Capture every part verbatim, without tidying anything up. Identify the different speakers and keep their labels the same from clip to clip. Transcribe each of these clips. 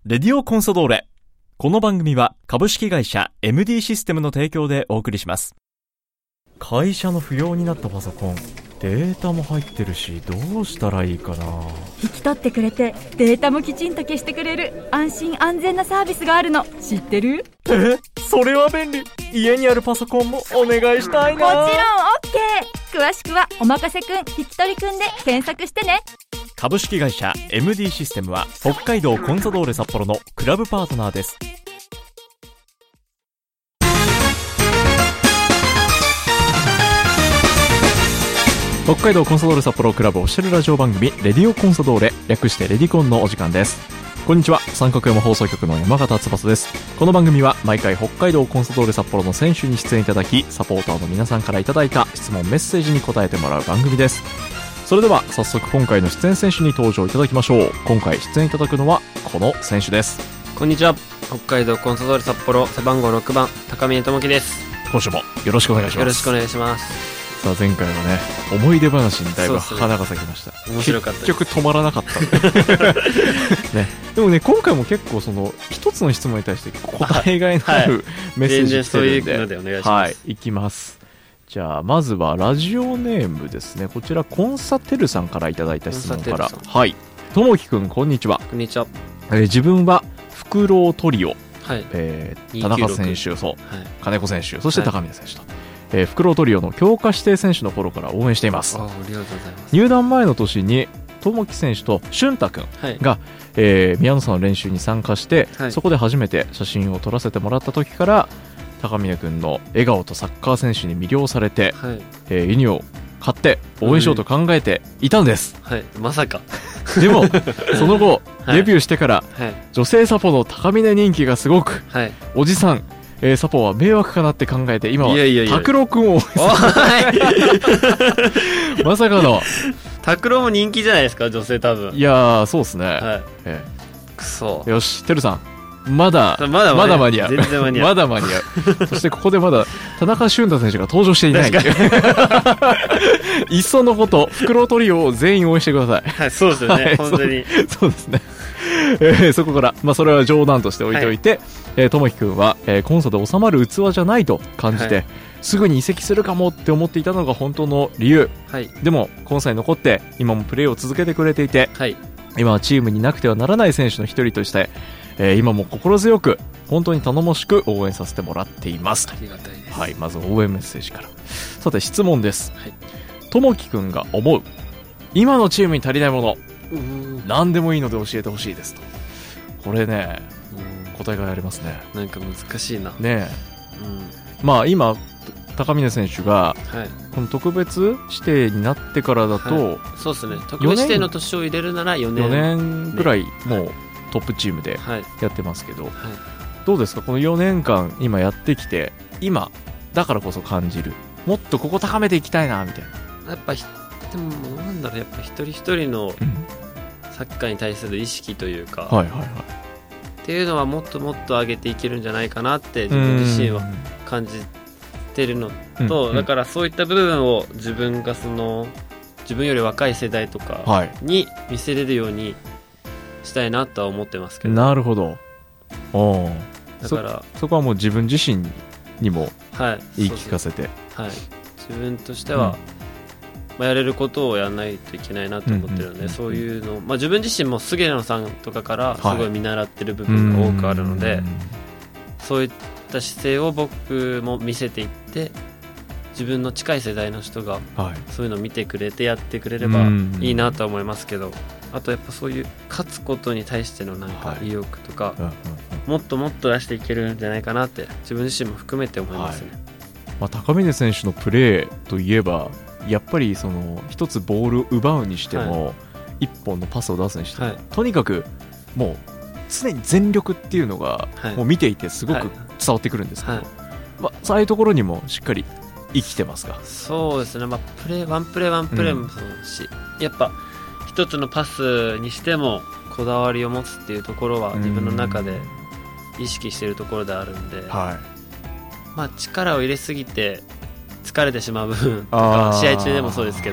Speaker 1: レディオコンソドーレ。この番組は株式会社 エムディー システムの提供でお送りします。会社の不要になったパソコン、データも入ってるし、どうしたらいいかな。
Speaker 2: 引き取ってくれてデータもきちんと消してくれる安心安全なサービスがあるの知ってる？
Speaker 1: え、それは便利。家にあるパソコンもお願いしたいな。
Speaker 2: もちろん OK。 詳しくはおまかせくん引き取りくんで検索してね。
Speaker 1: 株式会社 エムディー システムは北海道コンサドーレ札幌のクラブパートナーです。北海道コンサドーレ札幌クラブオフィシャルラジオ番組レディオコンサドーレ、略してレディコンのお時間です。こんにちは、三角山放送局の山形翼です。この番組は毎回北海道コンサドーレ札幌の選手に出演いただき、サポーターの皆さんからいただいた質問メッセージに答えてもらう番組です。それでは早速今回の出演選手に登場いただきましょう。今回出演いただくのはこの選手です。
Speaker 3: こんにちは、北海道コンサドーレ札幌背番号ろくばん高峰智樹です。
Speaker 1: 今週もよろしくお願いします。
Speaker 3: よろしくお願いします。
Speaker 1: さあ前回はね、思い出話にだいぶ花が咲きました。
Speaker 3: 面白かったです。
Speaker 1: 結局止まらなかったね。でもね、今回も結構その一つの質問に対して答えがいのある、はい、メッセージしてるんで、
Speaker 3: 全然そういうのでお願いします。
Speaker 1: はい、いきます。じゃあまずはラジオネームですね。こちらコンサテルさんからいただいた質問から。はい。ともきくんこんにちは。
Speaker 3: こんにちは。
Speaker 1: えー、自分はフクロウトリオ、
Speaker 3: はい、
Speaker 1: えー、田中選手、そう、はい、金子選手、そして高峰選手と。はい、えー、フクロウトリオの強化指定選手の頃から応援しています。
Speaker 3: あ、ありがとうございます。
Speaker 1: 入団前の年に友樹選手と俊太君が、はい、えー、宮野さんの練習に参加して、はい、そこで初めて写真を撮らせてもらった時から高宮君の笑顔とサッカー選手に魅了されて、はい、えー、ユニを買って応援しようと考えていたんです、
Speaker 3: はい、まさか
Speaker 1: でもその後、はい、デビューしてから、
Speaker 3: はい、
Speaker 1: 女性サポの高峰人気がすごく、
Speaker 3: はい、
Speaker 1: おじさんえー、サポは迷惑かなって考えて今は拓郎くんをまさかの
Speaker 3: 拓郎も人気じゃないですか、女性多分。
Speaker 1: いやーそうですね、はい、
Speaker 3: えー、くそ。
Speaker 1: よし、てるさんまだ
Speaker 3: まだ
Speaker 1: まだ間に合う、
Speaker 3: 全然間に合う
Speaker 1: まだ間に合うそしてここでまだ田中俊太選手が登場していないいっそのことフクロウトリオを全員応援してください。
Speaker 3: はい、そうですよね、はい、本当に
Speaker 1: そ, そうですねえー、そこから、まあ、それは冗談として置いておいて、はい、えー、ともきくんは、えー、コンサで収まる器じゃないと感じて、はい、すぐに移籍するかもって思っていたのが本当の理由、はい、でもコンサに残って今もプレーを続けてくれていて、はい、今はチームになくてはならない選手の一人として、えー、今も心強く本当に頼もしく応援させてもらっています。
Speaker 3: ありがたいです。
Speaker 1: はい、まず応援メッセージから。さて質問です。ともきくんが思う今のチームに足りないもの、何でもいいので教えてほしいですと。これね、答えがありますね。
Speaker 3: なんか難しいな
Speaker 1: ねえ、うん、まあ今高峰選手が、はい、この特別指定になってからだと、はい、
Speaker 3: そうですね、特別指定の年を入れるならよねん、
Speaker 1: よねんぐらいもうトップチームでやってますけど、はいはい、どうですかこのよねんかん今やってきて、今だからこそ感じるもっとここ高めていきたいなみたいな。
Speaker 3: やっぱでもなんだろう、やっぱ一人一人のサッカーに対する意識というか、
Speaker 1: はいはいはい、
Speaker 3: っていうのはもっともっと上げていけるんじゃないかなって自分自身は感じてるのと、だからそういった部分を自分がその自分より若い世代とかに見せれるようにしたいなとは思ってますけど。
Speaker 1: なるほど。お
Speaker 3: だから
Speaker 1: そ、そこはもう自分自身にも言い聞かせて、
Speaker 3: はい、はい、自分としては、うん、まあ、やれることをやらないといけないなと思ってるので、うんうんうん、そういうの、まあ、自分自身も菅野さんとかからすごい見習ってる部分が多くあるので、はい、そういった姿勢を僕も見せていって、自分の近い世代の人がそういうのを見てくれてやってくれればいいなとは思いますけど、あとやっぱそういう勝つことに対してのなんか意欲とか、はい、もっともっと出していけるんじゃないかなって自分自身も含めて思いますね。はい、
Speaker 1: まあ、高峰選手のプレーといえばやっぱりその一つボールを奪うにしても、はい、一本のパスを出すにしても、はい、とにかくもう常に全力っていうのがもう見ていてすごく伝わってくるんですけど、はいはい、まあ、そういうところにもしっかり生きてますか？
Speaker 3: そうですね、まあ、プレーワンプレーワンプレーもそうだし、うん、やっぱ一つのパスにしてもこだわりを持つっていうところは自分の中で意識しているところであるんで、はい、まあ、力を入れすぎて疲れてしまう部分とか試合中でもそうですけど、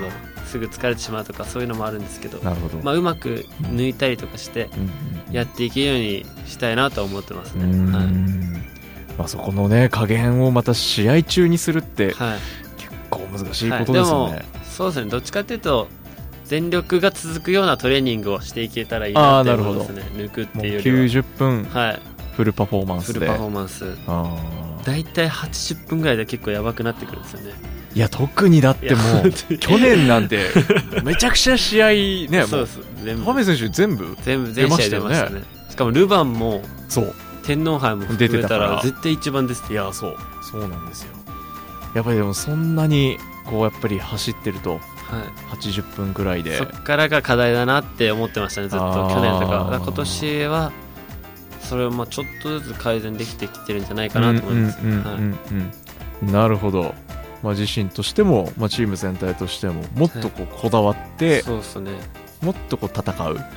Speaker 3: すぐ疲れてしまうとかそういうのもあるんですけど、
Speaker 1: なるほど、
Speaker 3: まあ、うまく抜いたりとかしてやっていけるようにしたいなとは思ってますね。
Speaker 1: うん、
Speaker 3: はい、
Speaker 1: まあ、そこのね加減をまた試合中にするって、
Speaker 3: はい、
Speaker 1: 結構難しいことですよね。
Speaker 3: はい、でもそうですね、どっちかっていうと全力が続くようなトレーニングをしていけたらいいなって思いますね。抜くっていうよりは
Speaker 1: きゅうじゅっぷん、
Speaker 3: はい、
Speaker 1: フルパフォーマンスで
Speaker 3: フルパフォーマンスだいたいはちじゅっぷんぐらいで結構やばくなってくるんですよね。
Speaker 1: いや特にだってもう去年なんてめちゃくちゃ試合ね、
Speaker 3: そうです、全部
Speaker 1: 高見選手全部
Speaker 3: 全部全試合出ましたね。しかもルヴァンも
Speaker 1: そう
Speaker 3: 天皇杯も含めたら絶対一番です。
Speaker 1: いやそうそうなんですよ。やっぱりでもそんなにこうやっぱり走ってるとはちじゅっぷんぐらいで、
Speaker 3: そっからが課題だなって思ってましたね、ずっと去年とか。だから今年はそれをまあちょっとずつ改善できてきてるんじゃないかなと思います。
Speaker 1: なるほど。まあ、自身としても、まあ、チーム全体としてももっとこうこだわって、はい、
Speaker 3: そうですね、
Speaker 1: もっとこう戦う、はい、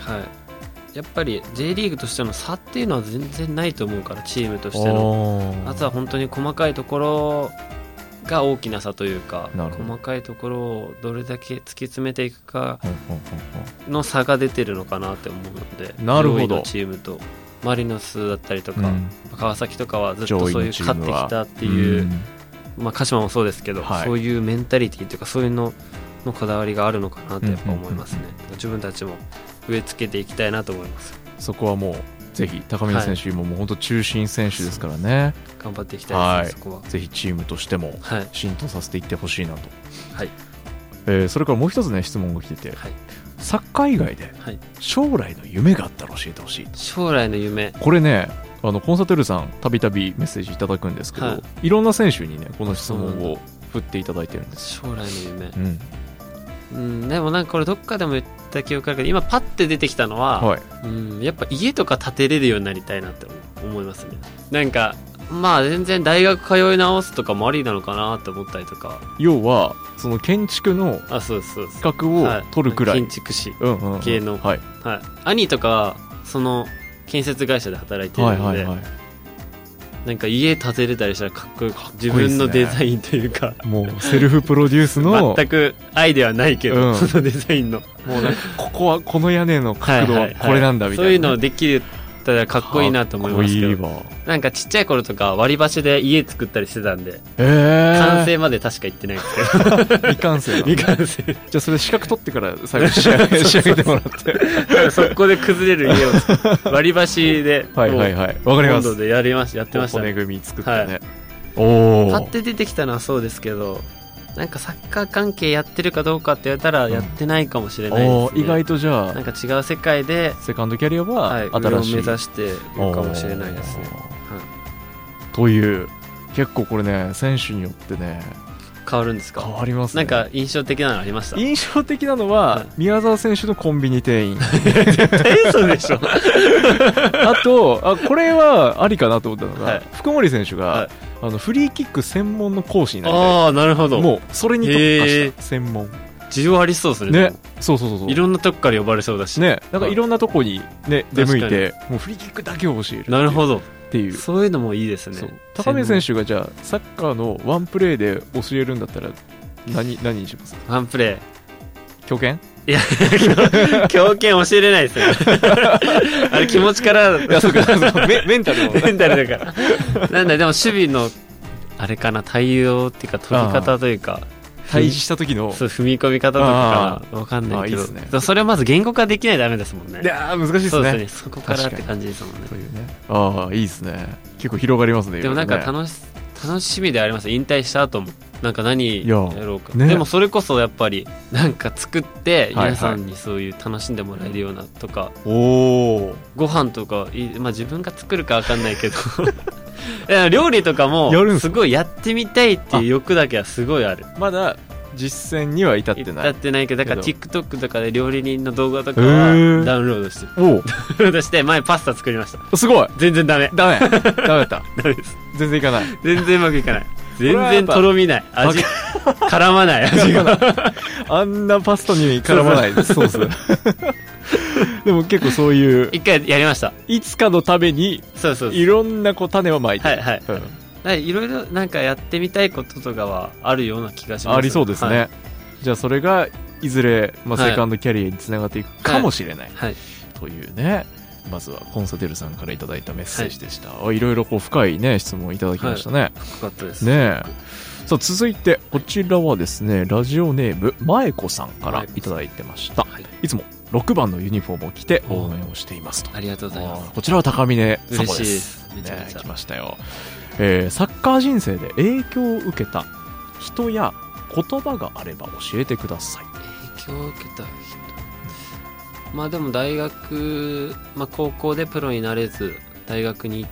Speaker 3: やっぱり J リーグとしての差っていうのは全然ないと思うから、チームとしての。あとは本当に細かいところが大きな差というか、細かいところをどれだけ突き詰めていくかの差が出てるのかなって思うので、
Speaker 1: なるほど、
Speaker 3: 上位のチームとマリノスだったりとか、うん、川崎とかはずっとそういう勝ってきたっていう、まあ、鹿島もそうですけど、はい、そういうメンタリティというかそういうののこだわりがあるのかなとやっぱ思いますね。うんうんうん、自分たちも植え付けていきたいなと思います。
Speaker 1: そこはもうぜひ高見選手、はい、ももう本当中心選手ですからね、
Speaker 3: 頑張っていきたいですね、はい、そこは
Speaker 1: ぜひチームとしても浸透させていってほしいなと、
Speaker 3: はい、
Speaker 1: えー、それからもう一つね質問が来てて、はい、サッカー以外で将来の夢があったら教えてほしい。
Speaker 3: 将来の夢、
Speaker 1: これねあのコンサテルさんたびたびメッセージいただくんですけど、はい、いろんな選手にねこの質問を振っていただいてるんです。
Speaker 3: 将来の夢、うんうん、でもなんかこれどっかでも言った記憶あるけど、今パッて出てきたのは、はい、うん、やっぱ家とか建てれるようになりたいなって思いますね。なんかまあ全然大学通い直すとかもありなのかなって思ったりとか、
Speaker 1: 要はその建築の資格を取るくらい、
Speaker 3: 建築士系の、はいはい、兄とかその建設会社で働いてるので、はいはいはい、なんか家建てれたりしたらかっこよく、自分のデザインというか、
Speaker 1: もうセルフプロデュースの
Speaker 3: 全くアイデアはないけど、うん、そのデザインの
Speaker 1: もうなんかここはこの屋根の角度はこれなんだみたいな、はいはいはい、そう
Speaker 3: いうのできるたらかっこいいなと思いますけど、なんかちっちゃい頃とか割り箸で家作ったりしてたんで、えー、完成まで確か行ってないんですけど
Speaker 1: 未完成
Speaker 3: 未完成
Speaker 1: じゃあそれ資格取ってから最後仕上げ仕上げてもらって
Speaker 3: そこで崩れる家を割り箸で
Speaker 1: はいはいはいわかります、
Speaker 3: 今度でやりましやってましたね、
Speaker 1: 骨組み作ってね、はい、
Speaker 3: おーパッて出てきたのはそうですけど、なんかサッカー関係やってるかどうかって言われたらやってないかもしれないですね、
Speaker 1: 意外とじゃあ
Speaker 3: なんか違う世界で
Speaker 1: セカンドキャリアは新しい、
Speaker 3: はい、上を目指しているかもしれないですね、はい、
Speaker 1: という結構これね選手によってね
Speaker 3: 変わるんですか。
Speaker 1: 変わりますね。
Speaker 3: なんか印象的なのありました。
Speaker 1: 印象的なのは、はい、宮澤選手のコンビニ店員
Speaker 3: 絶対嘘でしょ
Speaker 1: あとあこれはありかなと思ったのが、はい、福森選手が、はい、あのフリーキック専門の講師になりたい。
Speaker 3: ああなるほど。
Speaker 1: もうそれに特化した専門
Speaker 3: 需要ありそうですね。
Speaker 1: ね、そうそうそうそう。
Speaker 3: いろんなとこから呼ばれそうだし
Speaker 1: ね、なんかいろんなとこにね出向いてもうフリーキックだけを教える。
Speaker 3: なるほど。
Speaker 1: っていう
Speaker 3: そういうのもいいですね。
Speaker 1: 高見選手がじゃあサッカーのワンプレーで教えるんだったら何何にします？
Speaker 3: ワンプレ
Speaker 1: ー強肩？
Speaker 3: いや強肩教えれないですよあれ気持ちから
Speaker 1: いやそうかそうメ, メンタルも
Speaker 3: メンタルだからなんだでも守備のあれかな、対応っていうか取り方というか
Speaker 1: 対峙した時の
Speaker 3: そう踏み込み方とかか分かんないけど、いいですね、それをまず言語化できないとダメですもんね。
Speaker 1: いや難しいですね。
Speaker 3: そうですね、そこからって感じですもんね。
Speaker 1: そういうね、ああいいですね。結構広がりますね。
Speaker 3: でもなんか楽し楽しみであります。引退した後もなんか何やろうか、ね、でもそれこそやっぱりなんか作って皆さんにそういう楽しんでもらえるようなとか、はいはい、おご飯とか、まあ、自分が作るか分かんないけどいや料理とかもすごいやってみたいっていう欲だけはすごいある。
Speaker 1: まだ実践には至ってない
Speaker 3: 至ってないけど、だから TikTok とかで料理人の動画とかはダウンロードしてダウンロードして前パスタ作りました。
Speaker 1: すごい。
Speaker 3: 全然ダメ
Speaker 1: ダメダメだった
Speaker 3: ダメです。
Speaker 1: 全然いかない。
Speaker 3: 全然うまくいかない。全然とろみない味絡まない味が
Speaker 1: あんなパスタに絡まないソースでも結構そういう
Speaker 3: 一回やりました。
Speaker 1: いつかのために
Speaker 3: そうそう
Speaker 1: いろんなこう種をまいて、
Speaker 3: はいはい、うん、いろいろなんかやってみたいこととかはあるような気がします。
Speaker 1: ありそうですね、はい、じゃあそれがいずれ、まあ、セカンドキャリアにつながっていくかもしれない、
Speaker 3: はいはい、
Speaker 1: というね、まずはコンサデルさんからいただいたメッセージでした、はい、いろいろこう深い、ね、質問いただきましたね、はい、
Speaker 3: 深かったです
Speaker 1: ね。さあ続いてこちらはですね、ラジオネームまえこさんからいただいてました、はい、いつもろくばんのユニフォームを着て応援をしていますと。
Speaker 3: ありがとうございます。
Speaker 1: こちらは高峰サポです。
Speaker 3: 嬉しいです。めちゃめちゃ、
Speaker 1: ね、来ましたよ、えー、サッカー人生で影響を受けた人や言葉があれば教えてください。
Speaker 3: 影響を受けた人、まあでも大学、まあ、高校でプロになれず大学に行って、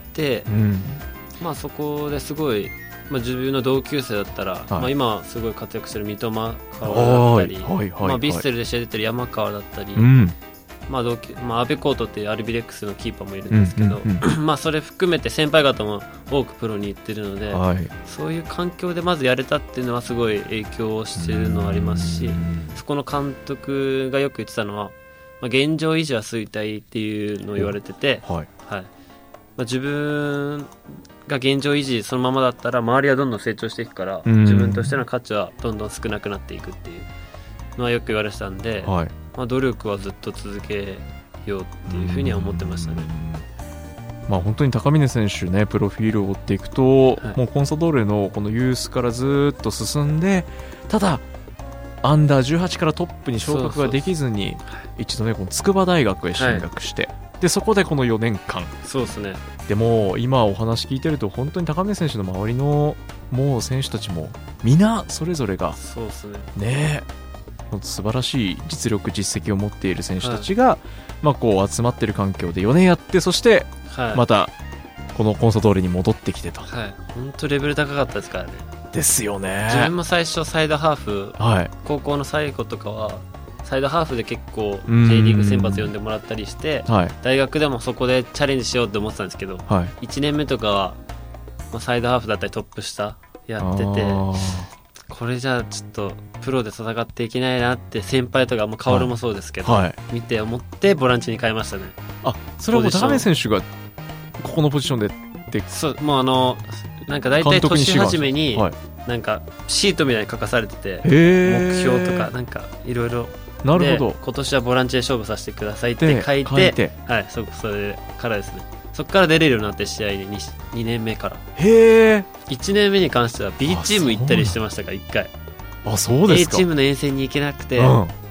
Speaker 3: うん、まあそこですごい、まあ、自分の同級生だったら、はい、まあ、今すごい活躍してる三笘川だったり、はいはいはい、まあ、ビッセルで試合出てる山川だったり、うん、まあ同級まあ、アベコートっていうアルビレックスのキーパーもいるんですけど、うんうんうん、まあそれ含めて先輩方も多くプロに行ってるので、はい、そういう環境でまずやれたっていうのはすごい影響をしているのはありますし、そこの監督がよく言ってたのは、まあ、現状維持は衰退っていうのを言われてて、はいはい、まあ、自分が現状維持そのままだったら周りはどんどん成長していくから、自分としての価値はどんどん少なくなっていくっていうのはよく言われてたんで、はい、まあ、努力はずっと続けようっていうふうには思ってましたね。
Speaker 1: まあ、本当に高峰選手ね、プロフィールを追っていくと、はい、もうコンサドーレのこのユースからずっと進んで、ただアンダーじゅうはちからトップに昇格ができずに、そうそうそう、一度ねこの筑波大学へ進学して、はい、でそこでこのよねんかん、
Speaker 3: そうですね。でも
Speaker 1: 今お話聞いてると本当に高峰選手の周りのもう選手たちも皆それぞれが
Speaker 3: そうですね、
Speaker 1: ね、素晴らしい実力実績を持っている選手たちが、はい、まあ、こう集まっている環境でよねんやって、そしてまたこのコンサドーレに戻ってきてと、
Speaker 3: はい、本当レベル高かったですからね。
Speaker 1: ですよね。
Speaker 3: 自分も最初サイドハーフ、はい、高校の最後とかはサイドハーフで結構 J リーグ選抜呼んでもらったりして、はい、大学でもそこでチャレンジしようって思ってたんですけど、はい、いちねんめとかは、まあ、サイドハーフだったりトップ下やってて、これじゃあちょっとプロで戦っていけないなって先輩とか、も薫もそうですけど、はいはい、見て思ってボランチに変えましたね。
Speaker 1: あ、それはもう高峰選手がここのポジションでって。
Speaker 3: そう、もうあのなんか大体年始めになんかシートみたいに書かされてて、目標とかなんかいろいろ、
Speaker 1: なるほど、
Speaker 3: 今年はボランチで勝負させてくださいって書いて、いて、はい、そ, それからですね、そこから出れるようになって試合に 2, にねんめから。
Speaker 1: へー。
Speaker 3: いちねんめに関しては B チーム行ったりしてましたから、いっかい。
Speaker 1: あ、そうですか。
Speaker 3: A チームの遠征に行けなくて、うん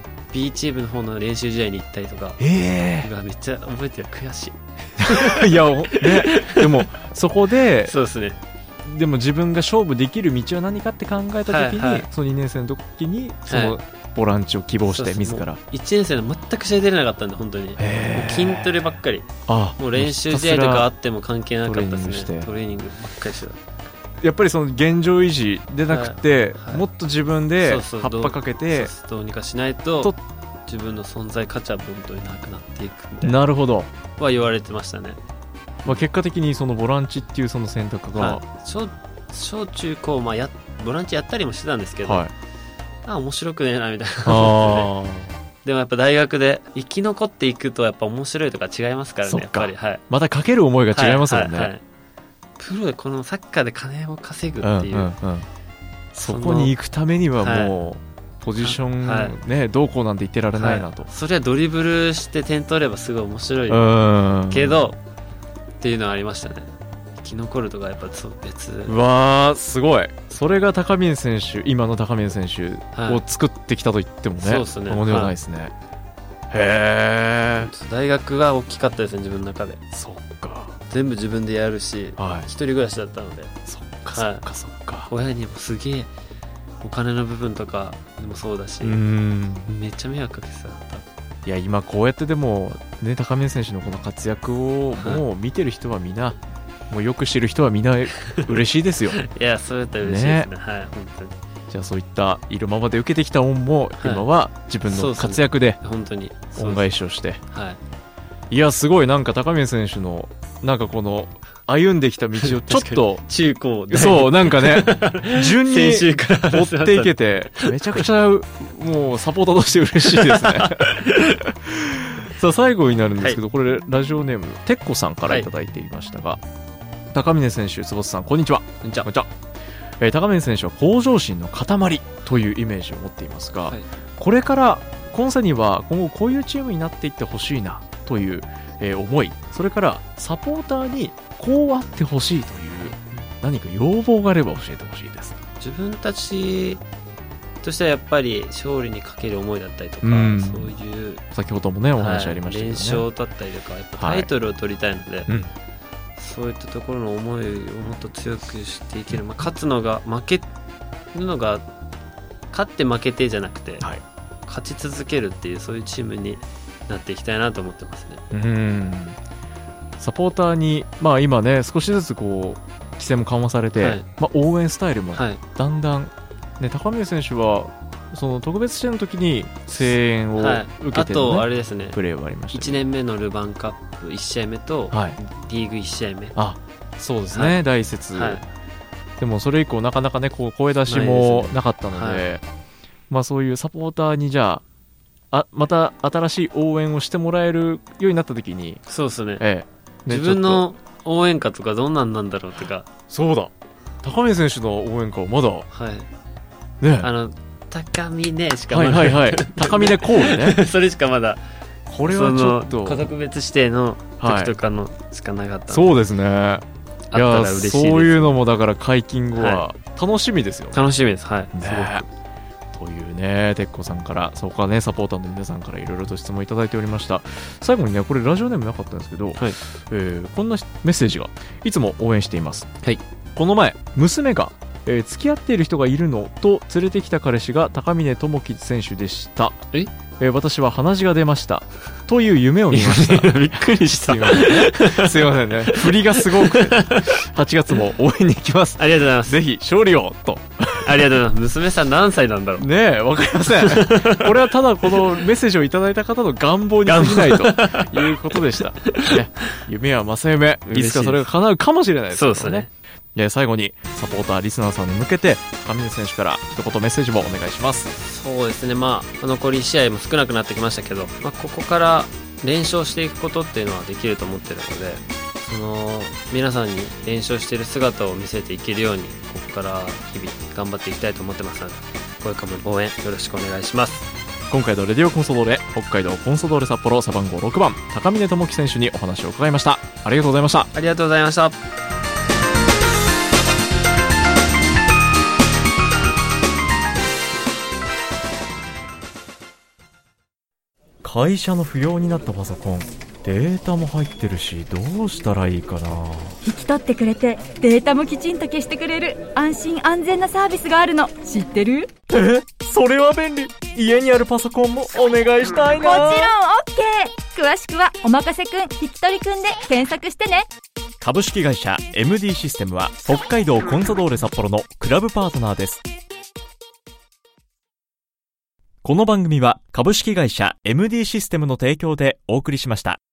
Speaker 3: 、B チームの方の練習試合に行ったりとか、
Speaker 1: へー、
Speaker 3: めっちゃ覚えてる。悔し
Speaker 1: いいや、ね、でもそこで
Speaker 3: そうですね、
Speaker 1: でも自分が勝負できる道は何かって考えた時に、はいはい、そのにねん生の時にそのボランチを希望して自ら、
Speaker 3: いちねん生の全く試合出れなかったんで、本当にもう筋トレばっかり、あ、もう練習試合とかあっても関係なかったですね。トレーニングばっかりしてた。
Speaker 1: やっぱりその現状維持でなくて、はいはい、もっと自分で葉っぱかけて、
Speaker 3: そうそう、どうにかしないと自分の存在価値は本当になくなっていくみたいな。
Speaker 1: なるほど、
Speaker 3: は言われてましたね。
Speaker 1: まあ、結果的にそのボランチっていうその選択が、はい、
Speaker 3: 小, 小中高、まあ、やボランチやったりもしてたんですけど、はい、あ、面白くねえなみたいなあでもやっぱ大学で生き残っていくとやっぱ面白いとか違いますからね。やっぱり、はい、またかける思いが違いますもんね、はいはいはい、プロでこのサッカーで金を稼ぐっていう、うんうんうん、そこに行くためにはもう、はい、ポジション、はい、ね、どうこうなんて言ってられないなと、はい、それはドリブルして点取ればすごい面白いけどっていうのはありましたね。生き残るとかやっぱ別。うわー、すごい。それが高峰選手、今の高峰選手を作ってきたと言ってもね、はい、そうですね、ものではないですね、はい、へー。大学が大きかったですね、自分の中で。そっか、全部自分でやるし、はい、一人暮らしだったので。そっかそっかそっか、親にもすげえお金の部分とかでもそうだし、うん、めっちゃ迷惑かけてた。いや、今こうやってでも、ね、高峰選手のこの活躍をもう見てる人はみんな、はい、もうよく知る人はみんな嬉しいですよいや、そうやったら嬉しいですね、ね、はい、本当に。じゃあそういったいるままで受けてきた恩も、今は自分の活躍で本当に恩返しをして、はい、いや、すごい、なんか高峰選手のなんかこの歩んできた道をちょっと中高で、そうなんかね順に追っていけて、めちゃくちゃもうサポーターとして嬉しいですねさあ最後になるんですけど、はい、これラジオネームてっこさんからいただいていましたが、はい、高峰選手、坪さん、こんにちは。こんにちは。こんにちは。えー、高峰選手は向上心の塊というイメージを持っていますが、はい、
Speaker 1: これから今世には今後こういうチームになっていってほしいなという、えー、思い、それからサポーターにこうあってほしいという何か要望があれば教えてほしいです。
Speaker 3: 自分たちとしてはやっぱり勝利にかける思いだったりとか、
Speaker 1: うん、
Speaker 3: そういう
Speaker 1: 先ほどもねお話ありましたけどね、
Speaker 3: 連勝だったりとかやっぱタイトルを取りたいので、はい、うん、そういったところの思いをもっと強くしていける、まあ、勝つのが負けるのが勝って負けてじゃなくて、はい、勝ち続けるっていうそういうチームになっていきたいなと思ってますね。
Speaker 1: うん、サポーターに、まあ、今ね少しずつこう規制も緩和されて、はい、まあ、応援スタイルもだんだん、はい、ね、高峰選手はその特別試合の時に声援を受けての、ね、はい、あとあれですね、プレーはありました、ね、
Speaker 3: いちねんめのルヴァンカップいち試合目と、はい、リーグいち試合目、
Speaker 1: あ、そうですね、はい、第一節、はい、でもそれ以降なかなかねこう声出しもなかったので、ね、はい、まあ、そういうサポーターにじゃあ、あまた新しい応援をしてもらえるようになった時に、
Speaker 3: そうですね、ええ、ね、自分の応援歌とかどんなんなんだろうとか、
Speaker 1: そうだ、高峰選手の応援歌はまだ、
Speaker 3: はい、ね、あの高峰しかまだ、
Speaker 1: はいはいはい、高峰コールね
Speaker 3: それしかまだ、
Speaker 1: これはちょっと
Speaker 3: 家族別指定の時とかのしかなかった、はい、
Speaker 1: そうですね、あったら嬉しいです。そういうのもだから解禁後は楽しみですよ、ね、
Speaker 3: 楽しみです、はい、
Speaker 1: ね、すごくというね、てっこさんから、そこはねサポーターの皆さんからいろいろと質問いただいておりました。最後にね、これラジオネームなかったんですけど、はい、えー、こんなメッセージが、いつも応援しています、はい、この前娘が、えー、付き合っている人がいるのと連れてきた彼氏が高峰智樹選手でした。ええー、私は鼻血が出ましたという夢を見ました
Speaker 3: びっくりした。
Speaker 1: すいません、すいませんね、振りがすごくてはちがつも応援に行きます。
Speaker 3: ありがとうございます。
Speaker 1: ぜひ勝利をと
Speaker 3: ありがとうございます。娘さん何歳なんだろう
Speaker 1: ねえ、わかりませんこれはただこのメッセージをいただいた方の願望に過ぎないということでした、ね、夢は正夢、いつかそれが叶うかもしれないですからね。そうですね。で、最後にサポーターリスナーさんに向けて高峰選手から一言メッセージもお願いします。
Speaker 3: そうですね、まあ、残りいち試合も少なくなってきましたけど、まあ、ここから連勝していくことっていうのはできると思ってるので、その皆さんに連勝している姿を見せていけるようにここから日々頑張っていきたいと思ってますので、これからも応援よろしくお願いします。
Speaker 1: 今回のレディオコンソドーレ、北海道コンソドーレ札幌背番号ろくばん高峰智樹選手にお話を伺いました。ありがとうございました。
Speaker 3: ありがとうございました。
Speaker 1: 会社の不要になったパソコン、データも入ってるしどうしたらいいかな。
Speaker 2: 引き取ってくれてデータもきちんと消してくれる安心安全なサービスがあるの知ってる？
Speaker 1: え、それは便利。家にあるパソコンもお願いしたいな。
Speaker 2: もちろん OK。 詳しくはおまかせくん引き取りくんで検索してね。
Speaker 1: 株式会社 エムディー システムは北海道コンサドーレ札幌のクラブパートナーです。この番組は株式会社 エムディー システムの提供でお送りしました。